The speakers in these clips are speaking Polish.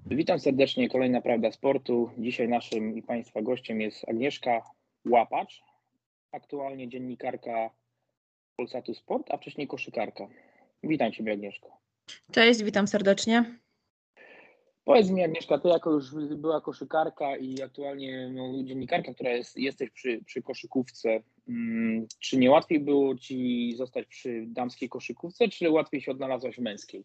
Witam serdecznie, kolejna Prawda Sportu. Dzisiaj naszym i Państwa gościem jest Agnieszka Łapacz, aktualnie dziennikarka Polsatu Sport, a wcześniej koszykarka. Witam Ciebie, Agnieszko. Cześć, witam serdecznie. Powiedz mi, Agnieszka, Ty jako już była koszykarka i aktualnie dziennikarka, która jesteś przy koszykówce, czy nie łatwiej było Ci zostać przy damskiej koszykówce, czy łatwiej się odnalazłaś w męskiej?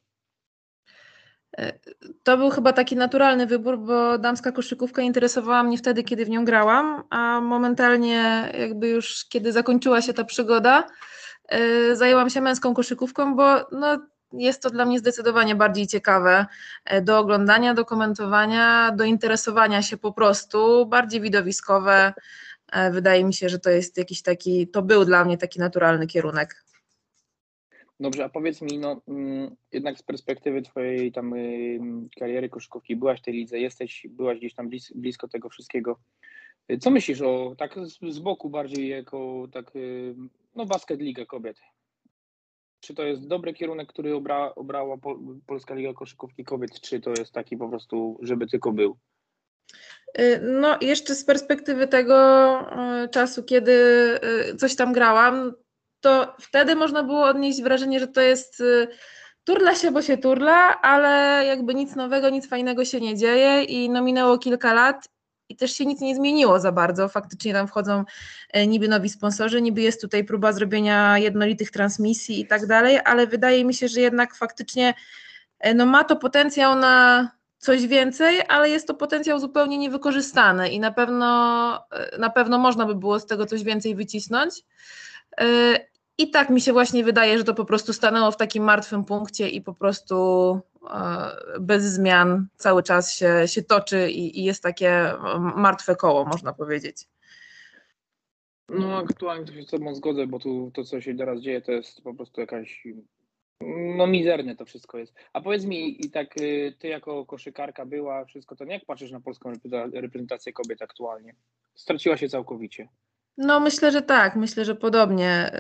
To był chyba taki naturalny wybór, bo damska koszykówka interesowała mnie wtedy, kiedy w nią grałam, a momentalnie jakby już kiedy zakończyła się ta przygoda, zajęłam się męską koszykówką, bo jest to dla mnie zdecydowanie bardziej ciekawe do oglądania, do komentowania, do interesowania się po prostu, bardziej widowiskowe. Wydaje mi się, że to jest to był dla mnie taki naturalny kierunek. Dobrze, a powiedz mi, jednak z perspektywy Twojej tam kariery koszykówki, byłaś w tej lidze, byłaś gdzieś tam blisko tego wszystkiego. Co myślisz o, tak z boku bardziej jako basket liga kobiet? Czy to jest dobry kierunek, który obrała Polska Liga Koszykówki Kobiet, czy to jest taki po prostu, żeby tylko był? No jeszcze z perspektywy tego czasu, kiedy coś tam grałam, to wtedy można było odnieść wrażenie, że to jest turla się, bo się turla, ale jakby nic nowego, nic fajnego się nie dzieje i minęło kilka lat i też się nic nie zmieniło za bardzo. Faktycznie tam wchodzą niby nowi sponsorzy, niby jest tutaj próba zrobienia jednolitych transmisji i tak dalej, ale wydaje mi się, że jednak faktycznie ma to potencjał na coś więcej, ale jest to potencjał zupełnie niewykorzystany i na pewno można by było z tego coś więcej wycisnąć. I tak mi się właśnie wydaje, że to po prostu stanęło w takim martwym punkcie i po prostu bez zmian cały czas się toczy i jest takie martwe koło, można powiedzieć. No aktualnie to się z Tobą zgodzę, bo tu to, co się teraz dzieje, to jest po prostu jakaś, mizerne to wszystko jest. A powiedz mi, i tak Ty jako koszykarka była, wszystko to, jak patrzysz na polską reprezentację kobiet aktualnie? Straciła się całkowicie. No myślę, że tak, myślę, że podobnie.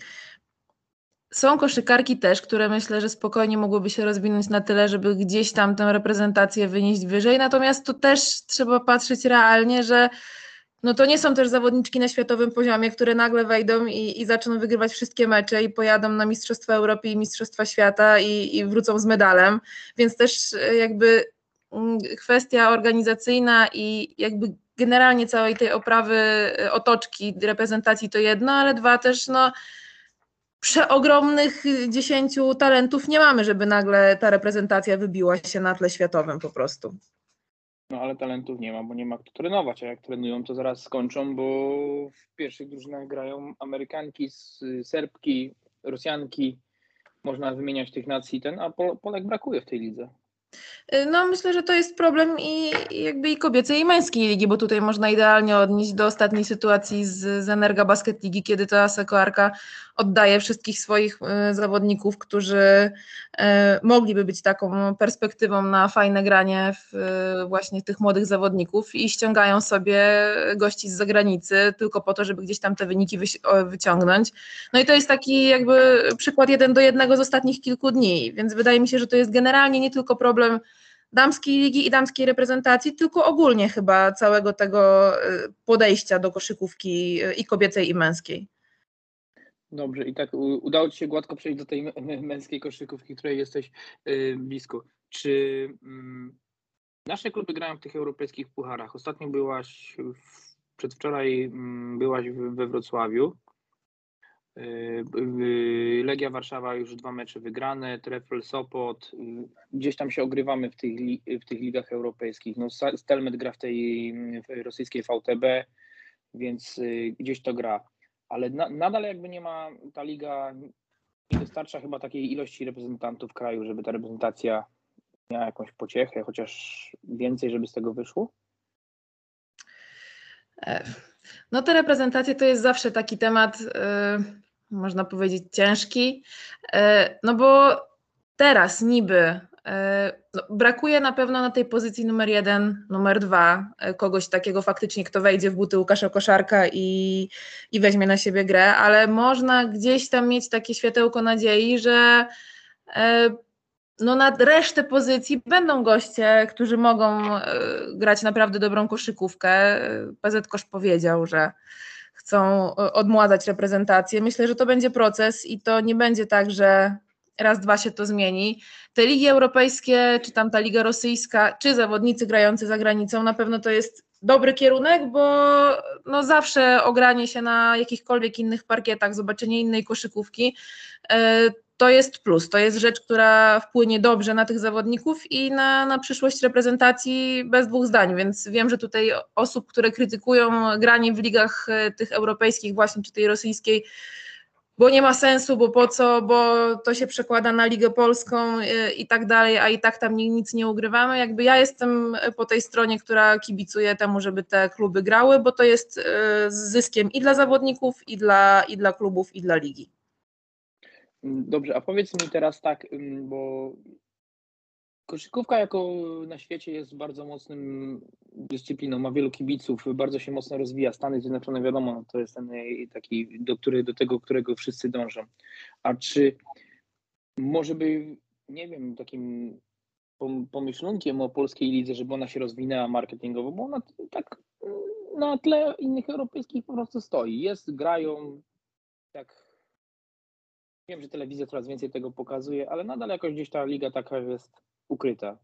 Są koszykarki też, które myślę, że spokojnie mogłyby się rozwinąć na tyle, żeby gdzieś tam tę reprezentację wynieść wyżej, natomiast tu też trzeba patrzeć realnie, że to nie są też zawodniczki na światowym poziomie, które nagle wejdą i zaczną wygrywać wszystkie mecze i pojadą na Mistrzostwa Europy i Mistrzostwa Świata i wrócą z medalem, więc też jakby kwestia organizacyjna i jakby generalnie całej tej oprawy otoczki reprezentacji to jedno, ale dwa też przeogromnych 10 talentów nie mamy, żeby nagle ta reprezentacja wybiła się na tle światowym po prostu. No ale talentów nie ma, bo nie ma kto trenować, a jak trenują, to zaraz skończą, bo w pierwszych drużynach grają Amerykanki, Serbki, Rosjanki. Można wymieniać tych nacji a Polek brakuje w tej lidze. Myślę, że to jest problem i kobiecej i męskiej ligi, bo tutaj można idealnie odnieść do ostatniej sytuacji z Energa Basket Ligi, kiedy to Asekoarka oddaje wszystkich swoich zawodników, którzy mogliby być taką perspektywą na fajne granie właśnie tych młodych zawodników i ściągają sobie gości z zagranicy tylko po to, żeby gdzieś tam te wyniki wyciągnąć. No i to jest taki jakby przykład 1:1 z ostatnich kilku dni, więc wydaje mi się, że to jest generalnie nie tylko problem damskiej ligi i damskiej reprezentacji, tylko ogólnie chyba całego tego podejścia do koszykówki i kobiecej, i męskiej. Dobrze, i tak udało Ci się gładko przejść do tej męskiej koszykówki, której jesteś blisko. Czy nasze kluby grają w tych europejskich pucharach? Ostatnio przedwczoraj byłaś we Wrocławiu. Legia Warszawa już 2 mecze wygrane, Trefl Sopot, gdzieś tam się ogrywamy w tych ligach europejskich. Stelmet gra w tej rosyjskiej VTB, więc gdzieś to gra. Ale nadal jakby nie ma, ta liga nie wystarcza chyba takiej ilości reprezentantów kraju, żeby ta reprezentacja miała jakąś pociechę, chociaż więcej, żeby z tego wyszło? Te reprezentacje to jest zawsze taki temat, można powiedzieć, ciężki, bo teraz niby brakuje na pewno na tej pozycji numer 1, numer 2 kogoś takiego faktycznie, kto wejdzie w buty Łukasza Koszarka i weźmie na siebie grę, ale można gdzieś tam mieć takie światełko nadziei, że no na resztę pozycji będą goście, którzy mogą grać naprawdę dobrą koszykówkę. PZ Kosz powiedział, że chcą odmładzać reprezentację. Myślę, że to będzie proces i to nie będzie tak, że raz, dwa się to zmieni. Te ligi europejskie, czy tam ta liga rosyjska, czy zawodnicy grający za granicą, na pewno to jest dobry kierunek, bo no zawsze ogranie się na jakichkolwiek innych parkietach, zobaczenie innej koszykówki, to jest plus, to jest rzecz, która wpłynie dobrze na tych zawodników i na przyszłość reprezentacji bez dwóch zdań, więc wiem, że tutaj osób, które krytykują granie w ligach tych europejskich właśnie, czy tej rosyjskiej, bo nie ma sensu, bo po co, bo to się przekłada na Ligę Polską i tak dalej, a i tak tam nic nie ugrywamy. Jakby ja jestem po tej stronie, która kibicuje temu, żeby te kluby grały, bo to jest z zyskiem i dla zawodników, i dla klubów, i dla ligi. Dobrze, a powiedz mi teraz tak, bo koszykówka jako na świecie jest bardzo mocnym dyscypliną, ma wielu kibiców, bardzo się mocno rozwija. Stany Zjednoczone, wiadomo, to jest ten taki, do tego, którego wszyscy dążą. A czy może by, nie wiem, takim pomyślunkiem o polskiej lidze, żeby ona się rozwinęła marketingowo, bo ona tak na tle innych europejskich po prostu stoi. Grają, tak. Wiem, że telewizja coraz więcej tego pokazuje, ale nadal jakoś gdzieś ta liga taka jest ukryta.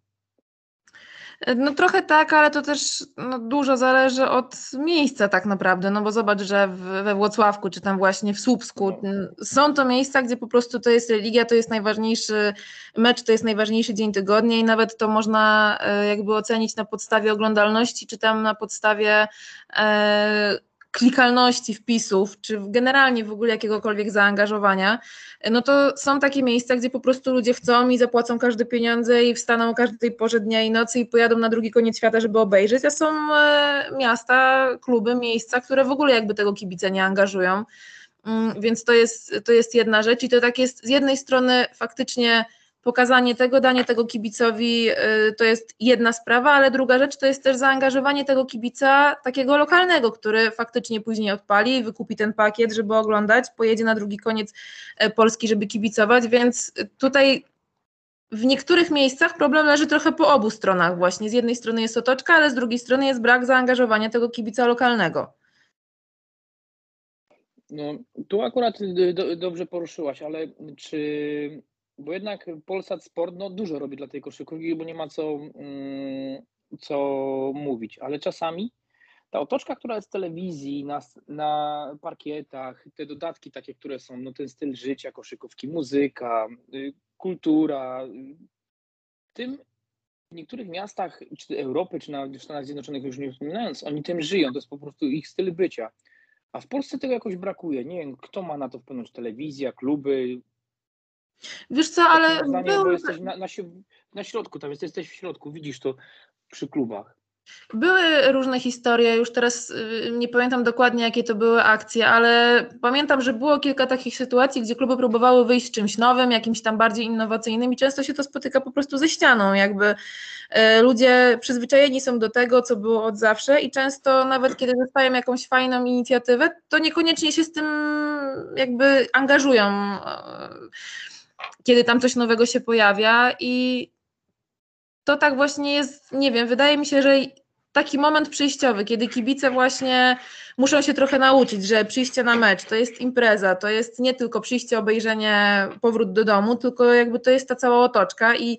No trochę tak, ale to też dużo zależy od miejsca tak naprawdę, no bo zobacz, że we Włocławku czy tam właśnie w Słupsku są to miejsca, gdzie po prostu to jest religia, to jest najważniejszy mecz, to jest najważniejszy dzień tygodnia i nawet to można jakby ocenić na podstawie oglądalności, czy tam na podstawie klikalności wpisów, czy generalnie w ogóle jakiegokolwiek zaangażowania, no to są takie miejsca, gdzie po prostu ludzie chcą i zapłacą każde pieniądze i wstaną o każdej porze dnia i nocy i pojadą na drugi koniec świata, żeby obejrzeć, a są miasta, kluby, miejsca, które w ogóle jakby tego kibica nie angażują, więc to jest jedna rzecz i to tak jest z jednej strony faktycznie pokazanie tego, danie tego kibicowi to jest jedna sprawa, ale druga rzecz to jest też zaangażowanie tego kibica takiego lokalnego, który faktycznie później odpali, wykupi ten pakiet, żeby oglądać, pojedzie na drugi koniec Polski, żeby kibicować, więc tutaj w niektórych miejscach problem leży trochę po obu stronach właśnie. Z jednej strony jest otoczka, ale z drugiej strony jest brak zaangażowania tego kibica lokalnego. No, tu akurat dobrze poruszyłaś, ale bo jednak Polsat Sport dużo robi dla tej koszykówki, bo nie ma co mówić, ale czasami ta otoczka, która jest w telewizji, na parkietach, te dodatki takie, które są, no ten styl życia koszykówki, muzyka, kultura, w niektórych miastach, czy Europy, czy nawet w Stanach Zjednoczonych, już nie wspominając, oni tym żyją, to jest po prostu ich styl bycia. A w Polsce tego jakoś brakuje. Nie wiem, kto ma na to wpłynąć, telewizja, kluby. Wiesz co, ale bo jesteś na środku, tam jesteś w środku, widzisz to przy klubach. Były różne historie, już teraz nie pamiętam dokładnie, jakie to były akcje, ale pamiętam, że było kilka takich sytuacji, gdzie kluby próbowały wyjść z czymś nowym, jakimś tam bardziej innowacyjnym i często się to spotyka po prostu ze ścianą, jakby ludzie przyzwyczajeni są do tego, co było od zawsze i często nawet kiedy dostają jakąś fajną inicjatywę, to niekoniecznie się z tym jakby angażują, kiedy tam coś nowego się pojawia i to tak właśnie jest, nie wiem, wydaje mi się, że taki moment przejściowy, kiedy kibice właśnie muszą się trochę nauczyć, że przyjście na mecz to jest impreza, to jest nie tylko przyjście, obejrzenie, powrót do domu, tylko jakby to jest ta cała otoczka i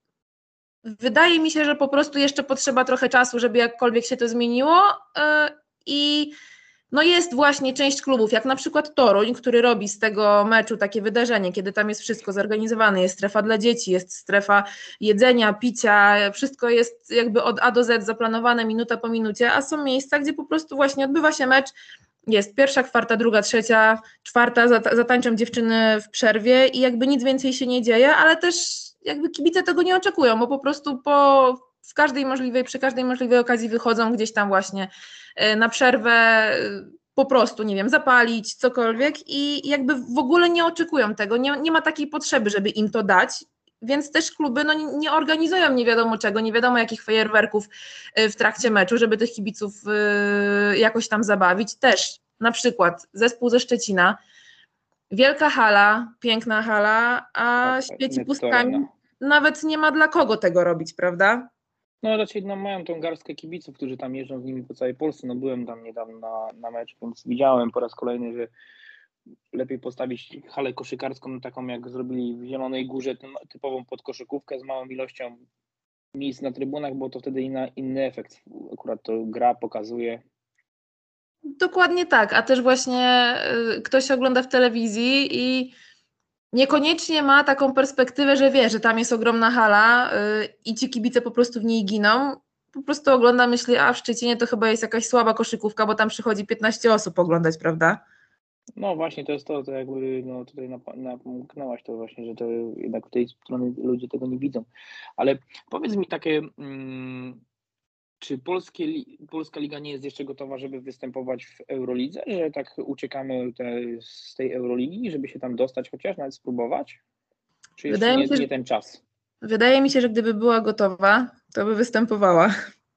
wydaje mi się, że po prostu jeszcze potrzeba trochę czasu, żeby jakkolwiek się to zmieniło i no jest właśnie część klubów, jak na przykład Toruń, który robi z tego meczu takie wydarzenie, kiedy tam jest wszystko zorganizowane, jest strefa dla dzieci, jest strefa jedzenia, picia, wszystko jest jakby od A do Z zaplanowane minuta po minucie, a są miejsca, gdzie po prostu właśnie odbywa się mecz, jest pierwsza kwarta, druga, trzecia, czwarta, zatańczą dziewczyny w przerwie i jakby nic więcej się nie dzieje, ale też jakby kibice tego nie oczekują, bo po prostu przy każdej możliwej okazji wychodzą gdzieś tam właśnie na przerwę, po prostu, nie wiem, zapalić, cokolwiek i jakby w ogóle nie oczekują tego, nie ma takiej potrzeby, żeby im to dać, więc też kluby nie organizują nie wiadomo czego, nie wiadomo jakich fajerwerków w trakcie meczu, żeby tych kibiców jakoś tam zabawić. Też na przykład zespół ze Szczecina, wielka hala, piękna hala, a świeci pustkami nawet nie ma dla kogo tego robić, prawda? No raczej mają tą garstkę kibiców, którzy tam jeżdżą z nimi po całej Polsce. No byłem tam niedawno na mecz, więc widziałem po raz kolejny, że lepiej postawić halę koszykarską taką, jak zrobili w Zielonej Górze, typową podkoszykówkę z małą ilością miejsc na trybunach, bo to wtedy inny efekt. Akurat to gra pokazuje. Dokładnie tak, a też właśnie ktoś ogląda w telewizji i niekoniecznie ma taką perspektywę, że wie, że tam jest ogromna hala i ci kibice po prostu w niej giną. Po prostu ogląda, myśli, a w Szczecinie to chyba jest jakaś słaba koszykówka, bo tam przychodzi 15 osób oglądać, prawda? No właśnie, to jest to jakby no tutaj napomknęłaś to właśnie, że to jednak w tej strony ludzie tego nie widzą. Ale powiedz mi takie, czy polska liga nie jest jeszcze gotowa, żeby występować w Eurolidze, że tak uciekamy z tej Euroligi, żeby się tam dostać chociaż, nawet spróbować? Czy jeszcze nie ten czas? Wydaje mi się, że gdyby była gotowa, to by występowała.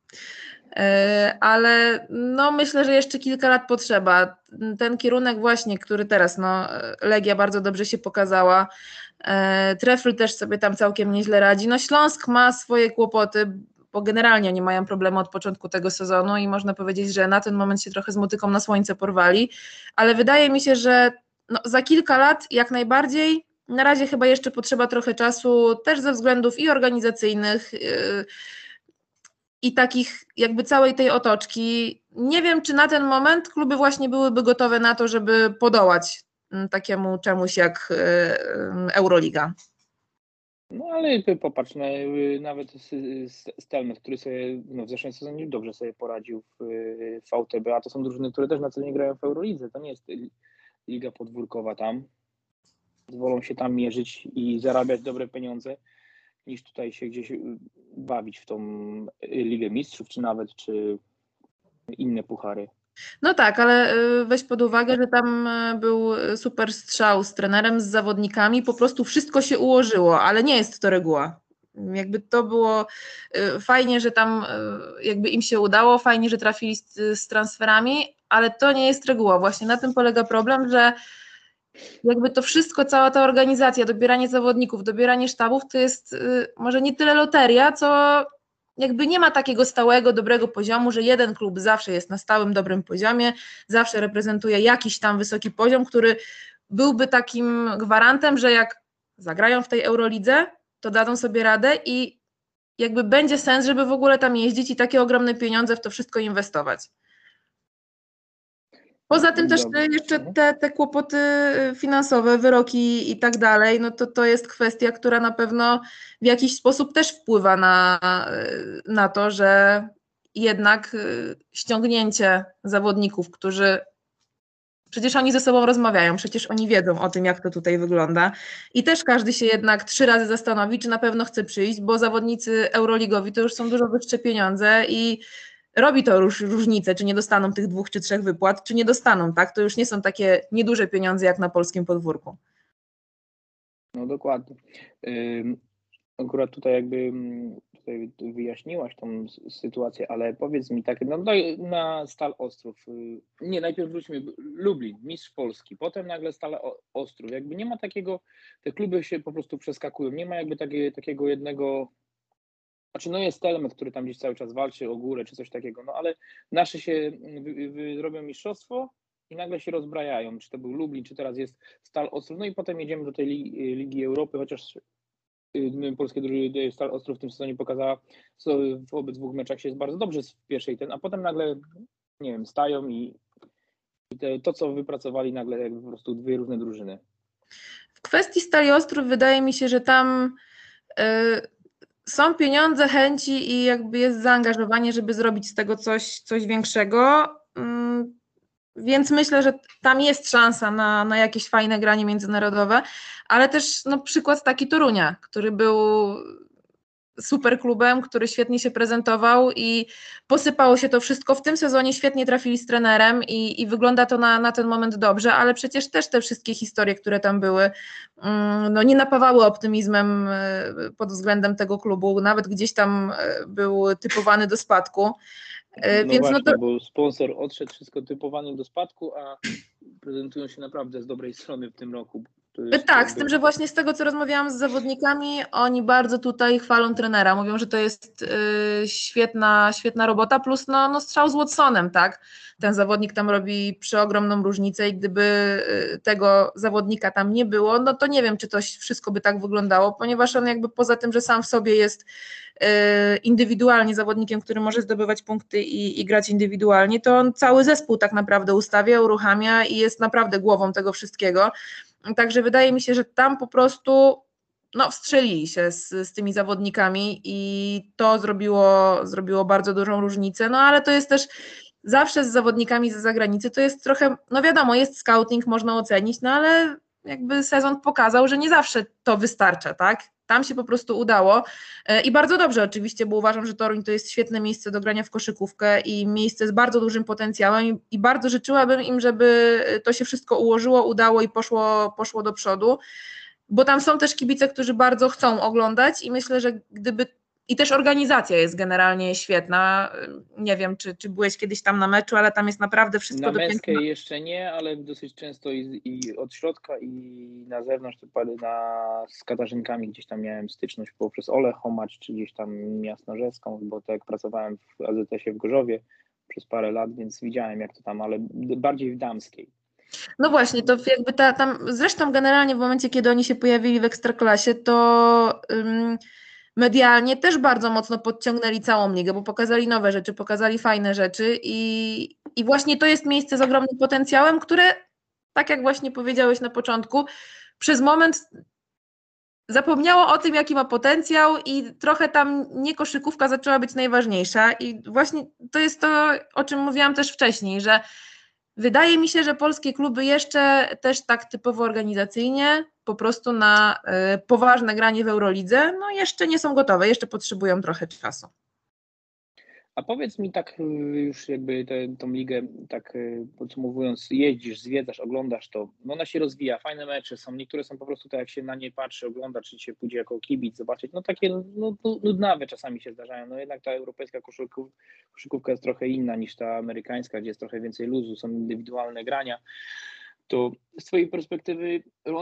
Ale no myślę, że jeszcze kilka lat potrzeba. Ten kierunek właśnie, który teraz, no Legia bardzo dobrze się pokazała, Trefl też sobie tam całkiem nieźle radzi. No Śląsk ma swoje kłopoty, bo generalnie nie mają problemu od początku tego sezonu i można powiedzieć, że na ten moment się trochę z motyką na słońce porwali, ale wydaje mi się, że no, za kilka lat jak najbardziej. Na razie chyba jeszcze potrzeba trochę czasu, też ze względów i organizacyjnych, i takich jakby całej tej otoczki. Nie wiem, czy na ten moment kluby właśnie byłyby gotowe na to, żeby podołać takiemu czemuś jak Euroliga. No ale popatrz, nawet Stelmet, który sobie w zeszłym sezonie dobrze sobie poradził w VTB, a to są drużyny, które też na co dzień grają w Eurolidze. To nie jest liga podwórkowa tam. Wolą się tam mierzyć i zarabiać dobre pieniądze, niż tutaj się gdzieś bawić w tą Ligę Mistrzów, czy inne puchary. No tak, ale weź pod uwagę, że tam był super strzał z trenerem, z zawodnikami, po prostu wszystko się ułożyło, ale nie jest to reguła. Jakby to było fajnie, że tam jakby im się udało, fajnie, że trafili z transferami, ale to nie jest reguła. Właśnie na tym polega problem, że jakby to wszystko, cała ta organizacja, dobieranie zawodników, dobieranie sztabów, to jest może nie tyle loteria, co jakby nie ma takiego stałego, dobrego poziomu, że jeden klub zawsze jest na stałym, dobrym poziomie, zawsze reprezentuje jakiś tam wysoki poziom, który byłby takim gwarantem, że jak zagrają w tej Eurolidze, to dadzą sobie radę i jakby będzie sens, żeby w ogóle tam jeździć i takie ogromne pieniądze w to wszystko inwestować. Poza tym też jeszcze te kłopoty finansowe, wyroki i tak dalej, no to jest kwestia, która na pewno w jakiś sposób też wpływa na to, że jednak ściągnięcie zawodników, którzy przecież oni ze sobą rozmawiają, przecież oni wiedzą o tym, jak to tutaj wygląda i też każdy się jednak 3 razy zastanowi, czy na pewno chce przyjść, bo zawodnicy euroligowi to już są dużo wyższe pieniądze i robi to różnicę, czy nie dostaną tych 2 czy 3 wypłat, czy nie dostaną, tak? To już nie są takie nieduże pieniądze jak na polskim podwórku. No dokładnie. Akurat tutaj jakby wyjaśniłaś tą sytuację, ale powiedz mi tak, no na Stal Ostrów, nie, najpierw wróćmy, Lublin, mistrz Polski, potem nagle Stal Ostrów, jakby nie ma takiego, te kluby się po prostu przeskakują, nie ma jakby takiego jednego, znaczy no jest element, który tam gdzieś cały czas walczy o górę czy coś takiego, no ale nasze się robią mistrzostwo i nagle się rozbrajają, czy to był Lublin, czy teraz jest Stal Ostrów, no i potem jedziemy do tej Ligi Europy, chociaż polskie drużyny Stal Ostrów w tym sezonie pokazała, co w obydwu meczach się jest bardzo dobrze w pierwszej, a potem nagle, nie wiem, stają i to, co wypracowali nagle jakby po prostu 2 różne drużyny. W kwestii Stali Ostrów wydaje mi się, że tam są pieniądze, chęci i jakby jest zaangażowanie, żeby zrobić z tego coś większego, więc myślę, że tam jest szansa na jakieś fajne granie międzynarodowe, ale też no, przykład taki Torunia, który był super klubem, który świetnie się prezentował i posypało się to wszystko. W tym sezonie świetnie trafili z trenerem i wygląda to na ten moment dobrze, ale przecież też te wszystkie historie, które tam były, no nie napawały optymizmem pod względem tego klubu, nawet gdzieś tam był typowany do spadku. No więc właśnie, bo sponsor odszedł, wszystko typowany do spadku, a prezentują się naprawdę z dobrej strony w tym roku. To jest Tak, z tym, że właśnie z tego, co rozmawiałam z zawodnikami, oni bardzo tutaj chwalą trenera. Mówią, że to jest świetna robota, plus no strzał z Watsonem, tak? Ten zawodnik tam robi przeogromną różnicę i gdyby tego zawodnika tam nie było, no to nie wiem, czy to wszystko by tak wyglądało, ponieważ on jakby poza tym, że sam w sobie jest indywidualnie zawodnikiem, który może zdobywać punkty i grać indywidualnie, to on cały zespół tak naprawdę ustawia, uruchamia i jest naprawdę głową tego wszystkiego. Także wydaje mi się, że tam po prostu wstrzelili się z tymi zawodnikami i to zrobiło bardzo dużą różnicę, no ale to jest też zawsze z zawodnikami z zagranicy, to jest trochę, no wiadomo, jest scouting, można ocenić, no ale jakby sezon pokazał, że nie zawsze to wystarcza, tak? Tam się po prostu udało i bardzo dobrze oczywiście, bo uważam, że Toruń to jest świetne miejsce do grania w koszykówkę i miejsce z bardzo dużym potencjałem i bardzo życzyłabym im, żeby to się wszystko ułożyło, udało i poszło do przodu, bo tam są też kibice, którzy bardzo chcą oglądać i myślę, że gdyby i też organizacja jest generalnie świetna. Nie wiem, czy byłeś kiedyś tam na meczu, ale tam jest naprawdę wszystko na męskiej jeszcze nie, ale dosyć często i od środka i na zewnątrz z Katarzynkami gdzieś tam miałem styczność poprzez Ole Homacz, czy gdzieś tam Jasnorzewską, bo tak jak pracowałem w AZS-ie w Gorzowie przez parę lat, więc widziałem jak to tam, ale bardziej w damskiej. No właśnie, to jakby tam, zresztą generalnie w momencie, kiedy oni się pojawili w Ekstraklasie, to medialnie też bardzo mocno podciągnęli całą ligę, bo pokazali nowe rzeczy, pokazali fajne rzeczy i właśnie to jest miejsce z ogromnym potencjałem, które, tak jak właśnie powiedziałeś na początku, przez moment zapomniało o tym, jaki ma potencjał i trochę tam nie koszykówka zaczęła być najważniejsza i właśnie to jest to, o czym mówiłam też wcześniej, że wydaje mi się, że polskie kluby jeszcze też tak typowo organizacyjnie, po prostu na poważne granie w Eurolidze, no jeszcze nie są gotowe, jeszcze potrzebują trochę czasu. A powiedz mi tak już jakby tą ligę, tak podsumowując, jeździsz, zwiedzasz, oglądasz to, no ona się rozwija, fajne mecze są, niektóre są po prostu tak jak się na nie patrzy, ogląda, czy się pójdzie jako kibic zobaczyć, no takie nudnawe czasami się zdarzają, no jednak ta europejska koszykówka jest trochę inna niż ta amerykańska, gdzie jest trochę więcej luzu, są indywidualne grania. To z twojej perspektywy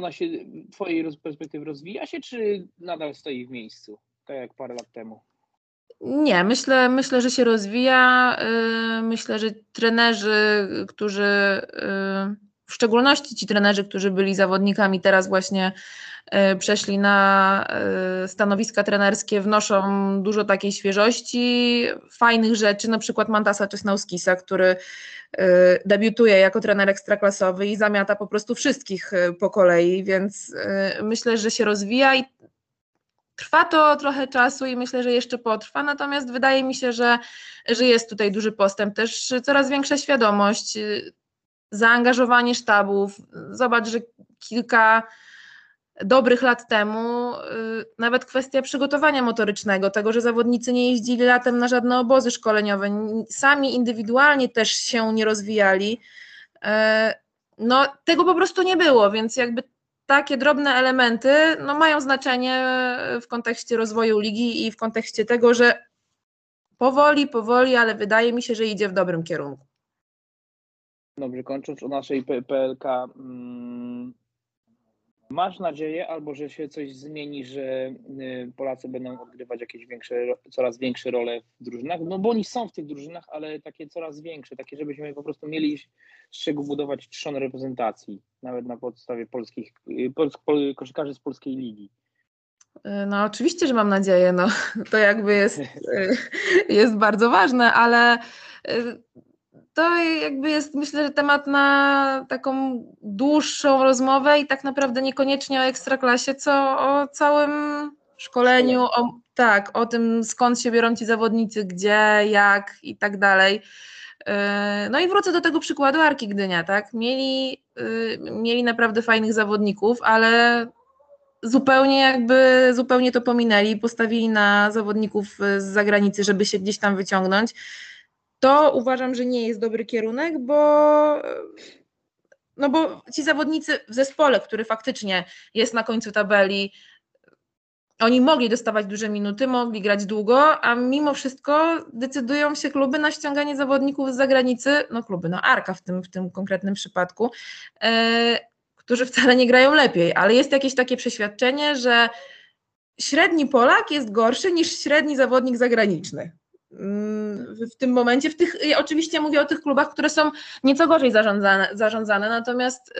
rozwija się, czy nadal stoi w miejscu, tak jak parę lat temu? Nie, myślę, że się rozwija. Myślę, że trenerzy, którzy, w szczególności ci trenerzy, którzy byli zawodnikami, teraz właśnie przeszli na stanowiska trenerskie, wnoszą dużo takiej świeżości, fajnych rzeczy, na przykład Mantasa Czesnauskisa, który debiutuje jako trener ekstraklasowy i zamiata po prostu wszystkich po kolei, więc myślę, że się rozwija i trwa to trochę czasu i myślę, że jeszcze potrwa, natomiast wydaje mi się, że jest tutaj duży postęp, też coraz większa świadomość, zaangażowanie sztabów. Zobacz, że kilka dobrych lat temu nawet kwestia przygotowania motorycznego, tego, że zawodnicy nie jeździli latem na żadne obozy szkoleniowe, sami indywidualnie też się nie rozwijali, no tego po prostu nie było, więc jakby takie drobne elementy mają znaczenie w kontekście rozwoju ligi i w kontekście tego, że powoli, ale wydaje mi się, że idzie w dobrym kierunku. Dobrze, kończąc o naszej PLK, masz nadzieję albo że się coś zmieni, że Polacy będą odgrywać jakieś coraz większe role w drużynach, no bo oni są w tych drużynach, ale takie coraz większe, takie żebyśmy po prostu mieli z czego budować trzon reprezentacji, nawet na podstawie koszykarzy z polskiej ligi. No oczywiście, że mam nadzieję, no to jakby jest bardzo ważne, ale to jakby jest, myślę, że temat na taką dłuższą rozmowę i tak naprawdę niekoniecznie o Ekstraklasie, co o całym szkoleniu, o tym, skąd się biorą ci zawodnicy, gdzie, jak i tak dalej. No i wrócę do tego przykładu Arki Gdynia, tak? Mieli naprawdę fajnych zawodników, ale zupełnie to pominęli, postawili na zawodników z zagranicy, żeby się gdzieś tam wyciągnąć. To uważam, że nie jest dobry kierunek, bo ci zawodnicy w zespole, który faktycznie jest na końcu tabeli, oni mogli dostawać duże minuty, mogli grać długo, a mimo wszystko decydują się kluby na ściąganie zawodników z zagranicy, Arka w tym konkretnym przypadku, którzy wcale nie grają lepiej, ale jest jakieś takie przeświadczenie, że średni Polak jest gorszy niż średni zawodnik zagraniczny. W tym momencie, oczywiście mówię o tych klubach, które są nieco gorzej zarządzane, natomiast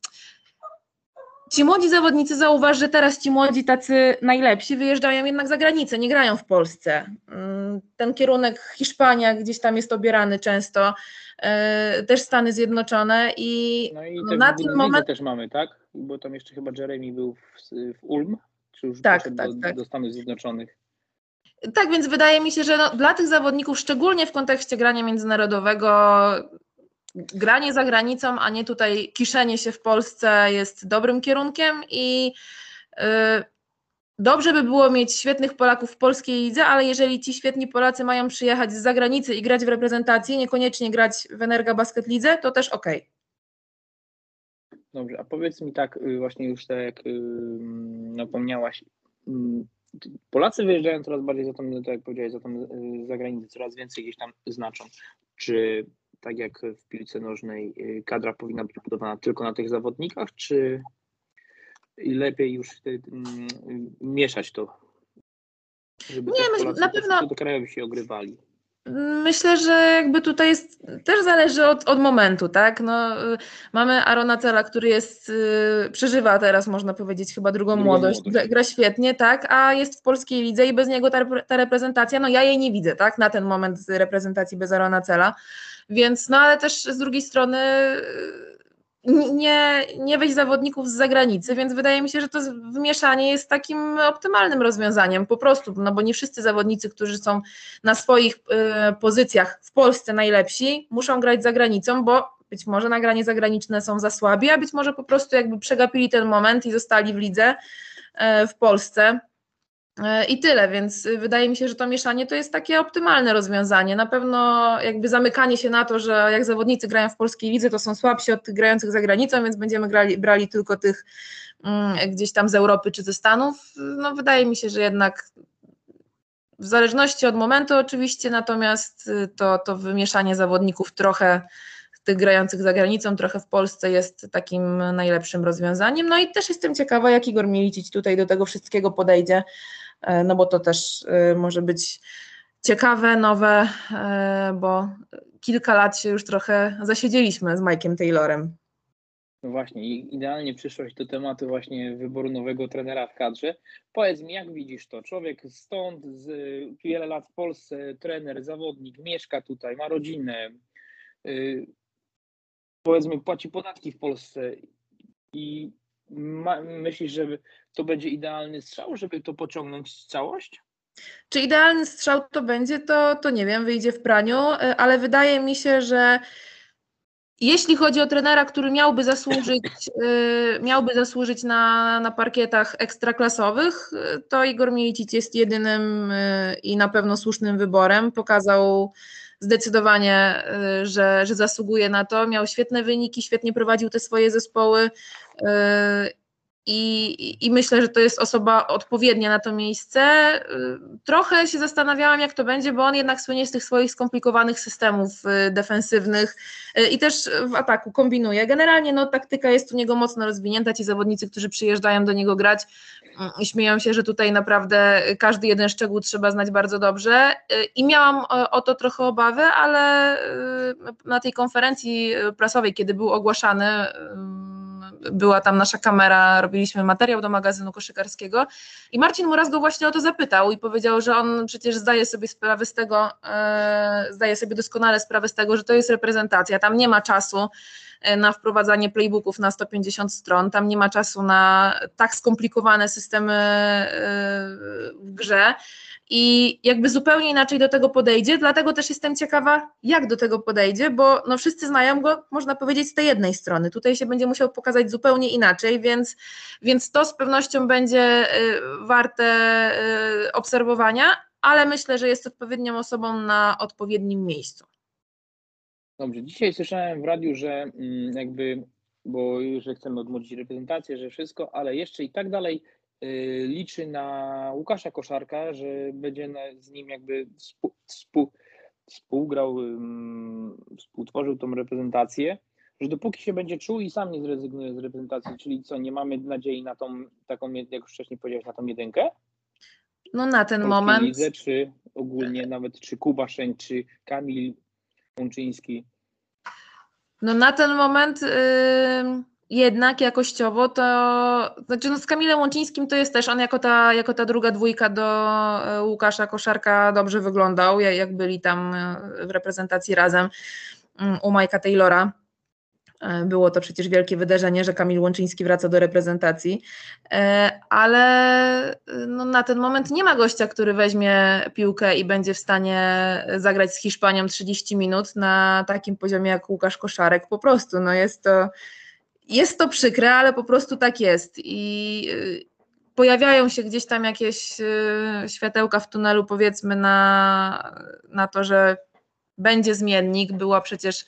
ci młodzi zawodnicy, zauważ, że teraz ci młodzi tacy najlepsi wyjeżdżają jednak za granicę, nie grają w Polsce. Ten kierunek Hiszpania gdzieś tam jest obierany często, też Stany Zjednoczone i No i na też ten w moment... też mamy, tak? Bo tam jeszcze chyba Jeremy był w Ulm, czy już Tak, poszedł tak. do Stanów Zjednoczonych. Tak, więc wydaje mi się, że dla tych zawodników, szczególnie w kontekście grania międzynarodowego, granie za granicą, a nie tutaj kiszenie się w Polsce jest dobrym kierunkiem i dobrze by było mieć świetnych Polaków w polskiej lidze, ale jeżeli ci świetni Polacy mają przyjechać z zagranicy i grać w reprezentacji, niekoniecznie grać w Energa Basket Lidze, to też okej. Dobrze, a powiedz mi tak, właśnie już tak jak napomniałaś, Polacy wyjeżdżają coraz bardziej za tą, tak jak powiedziałeś, za tą zagranicę, coraz więcej gdzieś tam znaczą. Czy tak jak w piłce nożnej kadra powinna być budowana tylko na tych zawodnikach, czy lepiej już mieszać to, żeby też Polacy na pewno do krajowi się ogrywali? Myślę, że jakby tutaj jest, też zależy od momentu, tak? No, mamy Arona Cela, który przeżywa teraz, można powiedzieć, chyba drugą młodość. Gra świetnie, tak? A jest w polskiej lidze i bez niego ta reprezentacja, no ja jej nie widzę, tak? Na ten moment z reprezentacji bez Arona Cela. Więc, no ale też z drugiej strony nie weź zawodników z zagranicy, więc wydaje mi się, że to wymieszanie jest takim optymalnym rozwiązaniem po prostu, no bo nie wszyscy zawodnicy, którzy są na swoich pozycjach w Polsce najlepsi, muszą grać za granicą, bo być może nagranie zagraniczne są za słabi, a być może po prostu jakby przegapili ten moment i zostali w lidze w Polsce. I tyle, więc wydaje mi się, że to mieszanie to jest takie optymalne rozwiązanie. Na pewno jakby zamykanie się na to, że jak zawodnicy grają w polskiej lidze, to są słabsi od tych grających za granicą, więc będziemy brali tylko tych gdzieś tam z Europy czy ze Stanów. No wydaje mi się, że jednak w zależności od momentu oczywiście, natomiast to wymieszanie zawodników trochę tych grających za granicą, trochę w Polsce jest takim najlepszym rozwiązaniem. No i też jestem ciekawa, jak Igor Milicic tutaj do tego wszystkiego podejdzie, no bo to też może być ciekawe, nowe, bo kilka lat się już trochę zasiedzieliśmy z Mike'em Taylorem. No właśnie, idealnie przyszłaś do tematu właśnie wyboru nowego trenera w kadrze. Powiedz mi, jak widzisz to? Człowiek stąd, wiele lat w Polsce, trener, zawodnik, mieszka tutaj, ma rodzinę, powiedzmy płaci podatki w Polsce i myślisz, że to będzie idealny strzał, żeby to pociągnąć całość? Czy idealny strzał to będzie, to nie wiem, wyjdzie w praniu, ale wydaje mi się, że jeśli chodzi o trenera, który miałby zasłużyć na parkietach ekstraklasowych, to Igor Milicic jest jedynym i na pewno słusznym wyborem. Pokazał zdecydowanie, że zasługuje na to. Miał świetne wyniki, świetnie prowadził te swoje zespoły i myślę, że to jest osoba odpowiednia na to miejsce. Trochę się zastanawiałam, jak to będzie, bo on jednak słynie z tych swoich skomplikowanych systemów defensywnych i też w ataku kombinuje. Generalnie no, taktyka jest u niego mocno rozwinięta. Ci zawodnicy, którzy przyjeżdżają do niego grać, śmieją się, że tutaj naprawdę każdy jeden szczegół trzeba znać bardzo dobrze i miałam o to trochę obawy, ale na tej konferencji prasowej, kiedy był ogłaszany, była tam nasza kamera, robiliśmy materiał do magazynu koszykarskiego i Marcin Muras go właśnie o to zapytał i powiedział, że on przecież zdaje sobie sprawę z tego, zdaje sobie doskonale sprawę z tego, że to jest reprezentacja, tam nie ma czasu na wprowadzanie playbooków na 150 stron, tam nie ma czasu na tak skomplikowane systemy w grze i jakby zupełnie inaczej do tego podejdzie, dlatego też jestem ciekawa, jak do tego podejdzie, bo no wszyscy znają go, można powiedzieć, z tej jednej strony, tutaj się będzie musiał pokazać zupełnie inaczej, więc to z pewnością będzie warte obserwowania, ale myślę, że jest odpowiednią osobą na odpowiednim miejscu. Dobrze, dzisiaj słyszałem w radiu, że jakby, bo już chcemy odmłodzić reprezentację, że wszystko, ale jeszcze i tak dalej liczy na Łukasza Koszarka, że będzie z nim jakby współgrał, współtworzył tą reprezentację, że dopóki się będzie czuł i sam nie zrezygnuje z reprezentacji, czyli co, nie mamy nadziei na tą taką, jak już wcześniej powiedziałeś, na tą jedynkę? No na ten W polskiej moment. lidze, czy ogólnie nawet, czy Kuba Szeń, czy Kamil Łączyński? No na ten moment jednak jakościowo to, znaczy no z Kamilem Łączyńskim to jest też, on jako ta druga dwójka do Łukasza Koszarka dobrze wyglądał, jak byli tam w reprezentacji razem u Mike'a Taylora. Było to przecież wielkie wydarzenie, że Kamil Łączyński wraca do reprezentacji, ale no na ten moment nie ma gościa, który weźmie piłkę i będzie w stanie zagrać z Hiszpanią 30 minut na takim poziomie jak Łukasz Koszarek. Po prostu no jest to przykre, ale po prostu tak jest i pojawiają się gdzieś tam jakieś światełka w tunelu, powiedzmy na to, że będzie zmiennik. Była przecież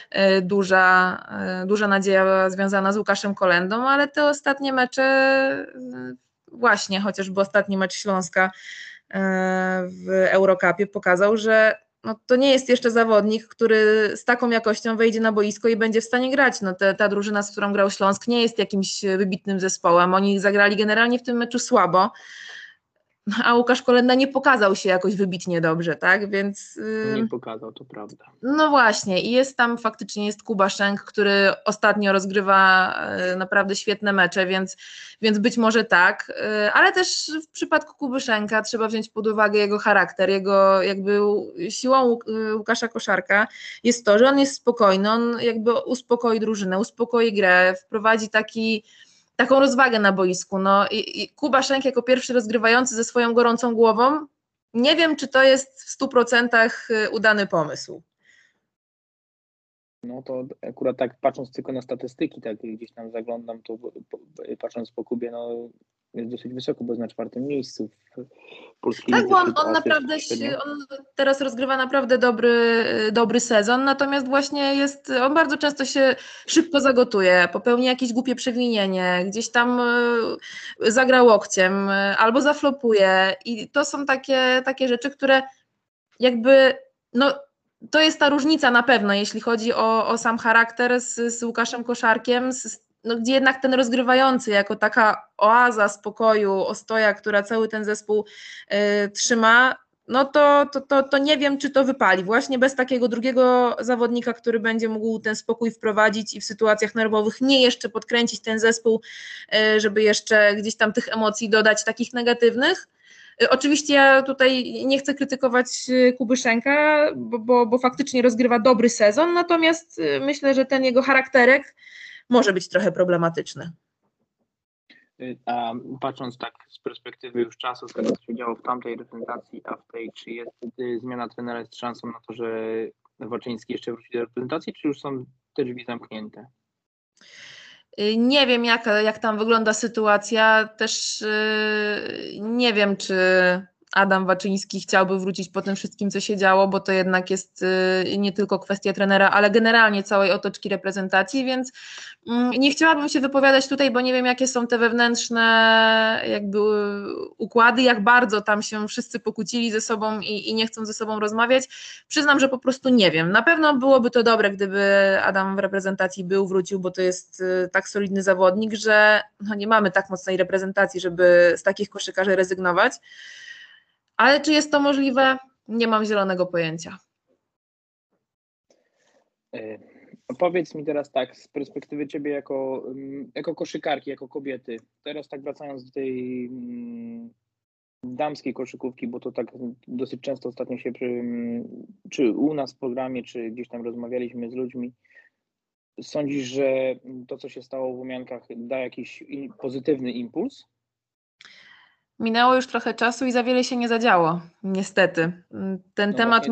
duża nadzieja związana z Łukaszem Kolendą, ale te ostatnie mecze, właśnie chociażby ostatni mecz Śląska w Eurocupie pokazał, że no to nie jest jeszcze zawodnik, który z taką jakością wejdzie na boisko i będzie w stanie grać. No ta drużyna, z którą grał Śląsk, nie jest jakimś wybitnym zespołem. Oni zagrali generalnie w tym meczu słabo, a Łukasz Kolenda nie pokazał się jakoś wybitnie dobrze, tak? Więc Nie pokazał, to prawda. no właśnie, i jest tam faktycznie Kuba Szęk, który ostatnio rozgrywa naprawdę świetne mecze, więc być może tak, ale też w przypadku Kuby Szęka trzeba wziąć pod uwagę jego charakter, jego jakby siłą Łukasza Koszarka jest to, że on jest spokojny, on jakby uspokoi drużynę, uspokoi grę, wprowadzi taką rozwagę na boisku. No i Kuba Szęk jako pierwszy rozgrywający ze swoją gorącą głową, nie wiem, czy to jest w 100% udany pomysł. No to akurat tak patrząc tylko na statystyki, tak gdzieś tam zaglądam, to patrząc po Kubie, no jest dosyć wysoko, bo jest na 4. miejscu w polskiej Tak, lidze. bo on naprawdę, on teraz rozgrywa naprawdę dobry sezon, natomiast właśnie on bardzo często się szybko zagotuje, popełni jakieś głupie przewinienie, gdzieś tam zagra łokciem albo zaflopuje i to są takie rzeczy, które jakby, no to jest ta różnica na pewno, jeśli chodzi o sam charakter z Łukaszem Koszarkiem, no, gdzie jednak ten rozgrywający jako taka oaza spokoju, ostoja, która cały ten zespół trzyma, no to nie wiem, czy to wypali. Właśnie bez takiego drugiego zawodnika, który będzie mógł ten spokój wprowadzić i w sytuacjach nerwowych nie jeszcze podkręcić ten zespół, żeby jeszcze gdzieś tam tych emocji dodać takich negatywnych. Oczywiście ja tutaj nie chcę krytykować Kuby Szęka, bo faktycznie rozgrywa dobry sezon, natomiast myślę, że ten jego charakterek może być trochę problematyczny. A patrząc tak z perspektywy już czasu, z tego co się działo w tamtej reprezentacji, a w tej, czy jest zmiana trenera jest szansą na to, że Waczyński jeszcze wróci do reprezentacji, czy już są te drzwi zamknięte? Nie wiem, jak tam wygląda sytuacja. Też nie wiem, czy Adam Waczyński chciałby wrócić po tym wszystkim, co się działo, bo to jednak jest nie tylko kwestia trenera, ale generalnie całej otoczki reprezentacji, więc nie chciałabym się wypowiadać tutaj, bo nie wiem, jakie są te wewnętrzne jakby układy, jak bardzo tam się wszyscy pokłócili ze sobą i nie chcą ze sobą rozmawiać. Przyznam, że po prostu nie wiem. Na pewno byłoby to dobre, gdyby Adam w reprezentacji wrócił, bo to jest tak solidny zawodnik, że no nie mamy tak mocnej reprezentacji, żeby z takich koszykarzy rezygnować. Ale czy jest to możliwe? Nie mam zielonego pojęcia. Powiedz mi teraz tak, z perspektywy ciebie jako koszykarki, jako kobiety, teraz tak wracając do tej damskiej koszykówki, bo to tak dosyć często ostatnio się czy u nas w programie, czy gdzieś tam rozmawialiśmy z ludźmi, sądzisz, że to, co się stało w Łomiankach, da jakiś pozytywny impuls? Minęło już trochę czasu i za wiele się nie zadziało, niestety. Ten temat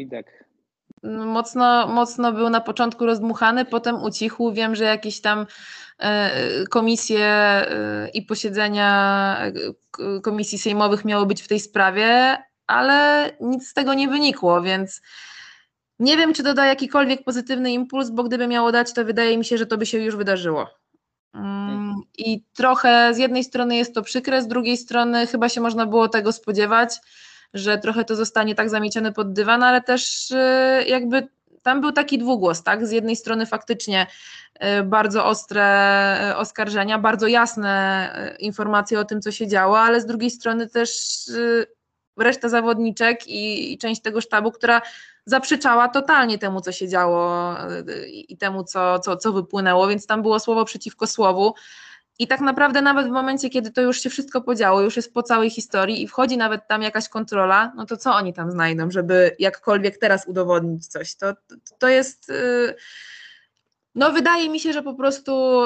mocno był na początku rozdmuchany, potem ucichł. Wiem, że jakieś tam komisje i posiedzenia komisji sejmowych miały być w tej sprawie, ale nic z tego nie wynikło, więc nie wiem, czy to da jakikolwiek pozytywny impuls, bo gdyby miało dać, to wydaje mi się, że to by się już wydarzyło. I trochę z jednej strony jest to przykre, z drugiej strony chyba się można było tego spodziewać, że trochę to zostanie tak zamiecione pod dywan, ale też jakby tam był taki dwugłos, tak? Z jednej strony faktycznie bardzo ostre oskarżenia, bardzo jasne informacje o tym, co się działo, ale z drugiej strony też reszta zawodniczek i część tego sztabu, która zaprzeczała totalnie temu, co się działo i temu, co wypłynęło, więc tam było słowo przeciwko słowu. I tak naprawdę nawet w momencie, kiedy to już się wszystko podziało, już jest po całej historii i wchodzi nawet tam jakaś kontrola, no to co oni tam znajdą, żeby jakkolwiek teraz udowodnić coś? To jest, no wydaje mi się, że po prostu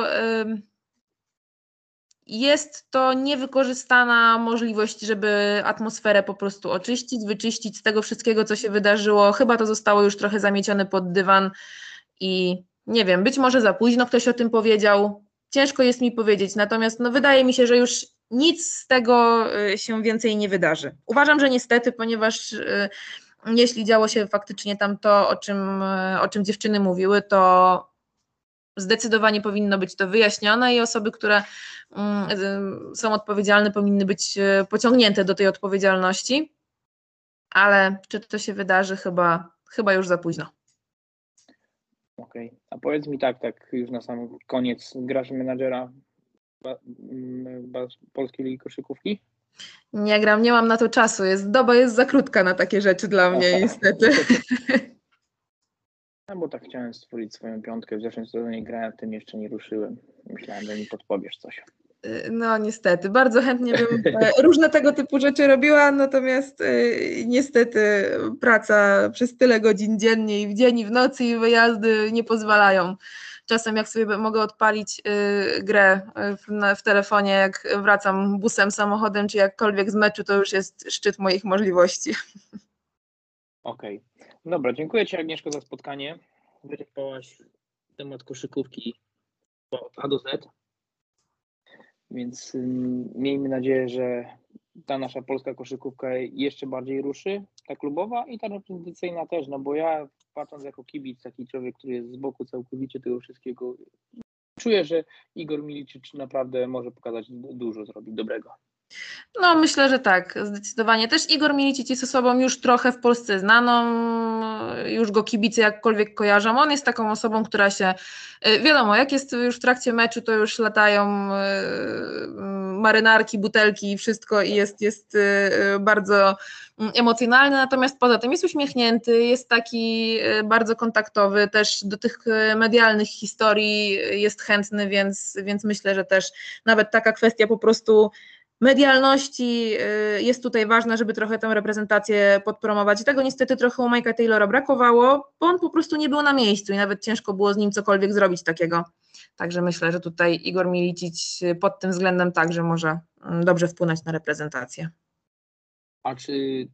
jest to niewykorzystana możliwość, żeby atmosferę po prostu oczyścić, wyczyścić z tego wszystkiego, co się wydarzyło. Chyba to zostało już trochę zamiecione pod dywan i nie wiem, być może za późno ktoś o tym powiedział. Ciężko jest mi powiedzieć, natomiast no, wydaje mi się, że już nic z tego się więcej nie wydarzy. Uważam, że niestety, ponieważ jeśli działo się faktycznie tam to, o czym dziewczyny mówiły, to zdecydowanie powinno być to wyjaśnione i osoby, które są odpowiedzialne, powinny być pociągnięte do tej odpowiedzialności, ale czy to się wydarzy? Chyba już za późno. Okej. A powiedz mi tak już na sam koniec, grasz menadżera Polskiej Ligi Koszykówki? Nie gram, nie mam na to czasu, doba jest za krótka na takie rzeczy dla mnie niestety. No bo tak chciałem stworzyć swoją piątkę, w zeszłym sezonie grałem, w tym jeszcze nie ruszyłem. Myślałem, że mi podpowiesz coś. No niestety, bardzo chętnie bym różne tego typu rzeczy robiła, natomiast niestety praca przez tyle godzin dziennie i w dzień i w nocy i wyjazdy nie pozwalają. Czasem jak sobie mogę odpalić grę w telefonie, jak wracam busem, samochodem czy jakkolwiek z meczu, to już jest szczyt moich możliwości. Okej. Dobra, dziękuję Ci Agnieszko za spotkanie. Wyczerpałaś temat koszykówki od A do Z. Więc miejmy nadzieję, że ta nasza polska koszykówka jeszcze bardziej ruszy, ta klubowa i ta reprezentacyjna też, no bo ja patrząc jako kibic, taki człowiek, który jest z boku całkowicie tego wszystkiego, czuję, że Igor Milicic naprawdę może pokazać dużo, zrobić dobrego. No myślę, że tak, zdecydowanie. Też Igor Milicic jest osobą już trochę w Polsce znaną, już go kibice jakkolwiek kojarzą. On jest taką osobą, która się, wiadomo, jak jest już w trakcie meczu, to już latają marynarki, butelki i wszystko i jest bardzo emocjonalny, natomiast poza tym jest uśmiechnięty, jest taki bardzo kontaktowy, też do tych medialnych historii jest chętny, więc myślę, że też nawet taka kwestia po prostu medialności jest tutaj ważna, żeby trochę tę reprezentację podpromować. I tego niestety trochę u Mike'a Taylora brakowało, bo on po prostu nie był na miejscu i nawet ciężko było z nim cokolwiek zrobić takiego. Także myślę, że tutaj Igor Milicic pod tym względem także może dobrze wpłynąć na reprezentację. A czy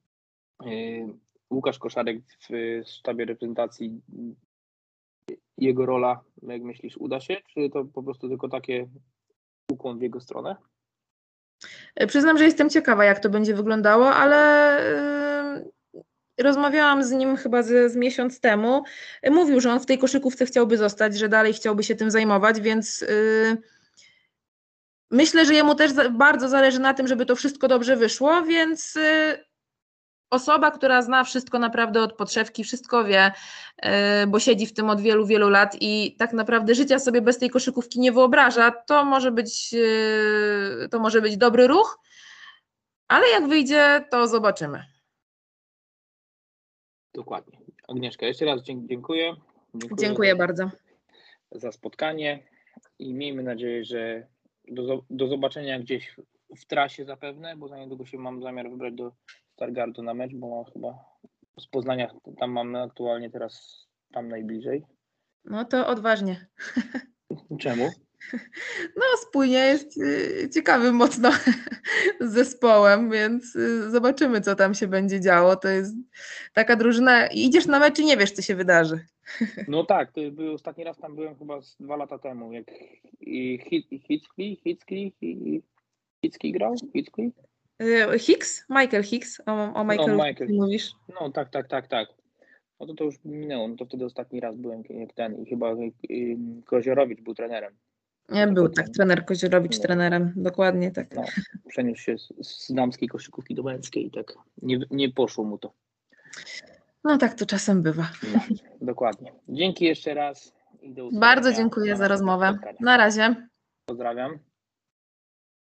Łukasz Koszarek w sztabie reprezentacji, jego rola, jak myślisz, uda się? Czy to po prostu tylko takie ukłon w jego stronę? Przyznam, że jestem ciekawa, jak to będzie wyglądało, ale rozmawiałam z nim chyba z miesiąc temu. Mówił, że on w tej koszykówce chciałby zostać, że dalej chciałby się tym zajmować, więc myślę, że jemu też bardzo zależy na tym, żeby to wszystko dobrze wyszło, więc osoba, która zna wszystko naprawdę od podszewki, wszystko wie, bo siedzi w tym od wielu, wielu lat i tak naprawdę życia sobie bez tej koszykówki nie wyobraża, to może być dobry ruch, ale jak wyjdzie, to zobaczymy. Dokładnie. Agnieszka, jeszcze raz dziękuję. Dziękuję bardzo za spotkanie i miejmy nadzieję, że do zobaczenia gdzieś w trasie zapewne, bo za niedługo się mam zamiar wybrać do Stargardu na mecz, bo chyba z Poznania tam mamy aktualnie teraz tam najbliżej. No to odważnie. Czemu? No spójnie jest ciekawym mocno zespołem, więc zobaczymy, co tam się będzie działo. To jest taka drużyna, idziesz na mecz i nie wiesz, co się wydarzy. No tak, to był ostatni raz tam byłem chyba 2 lata temu, jak Hicki grał? Hicks? Michael Hicks? O Michaelu Michael. Mówisz? No tak. No to już minęło, no to wtedy ostatni raz byłem jak ten i chyba Koziorowicz był trenerem. Nie, był tak, trener Koziorowicz trenerem, dokładnie tak. No, przeniósł się z damskiej koszykówki do męskiej i tak nie poszło mu to. No tak to czasem bywa. No. dokładnie. Dzięki jeszcze raz i do usłyszenia. Bardzo dziękuję za rozmowę. Na razie. Pozdrawiam.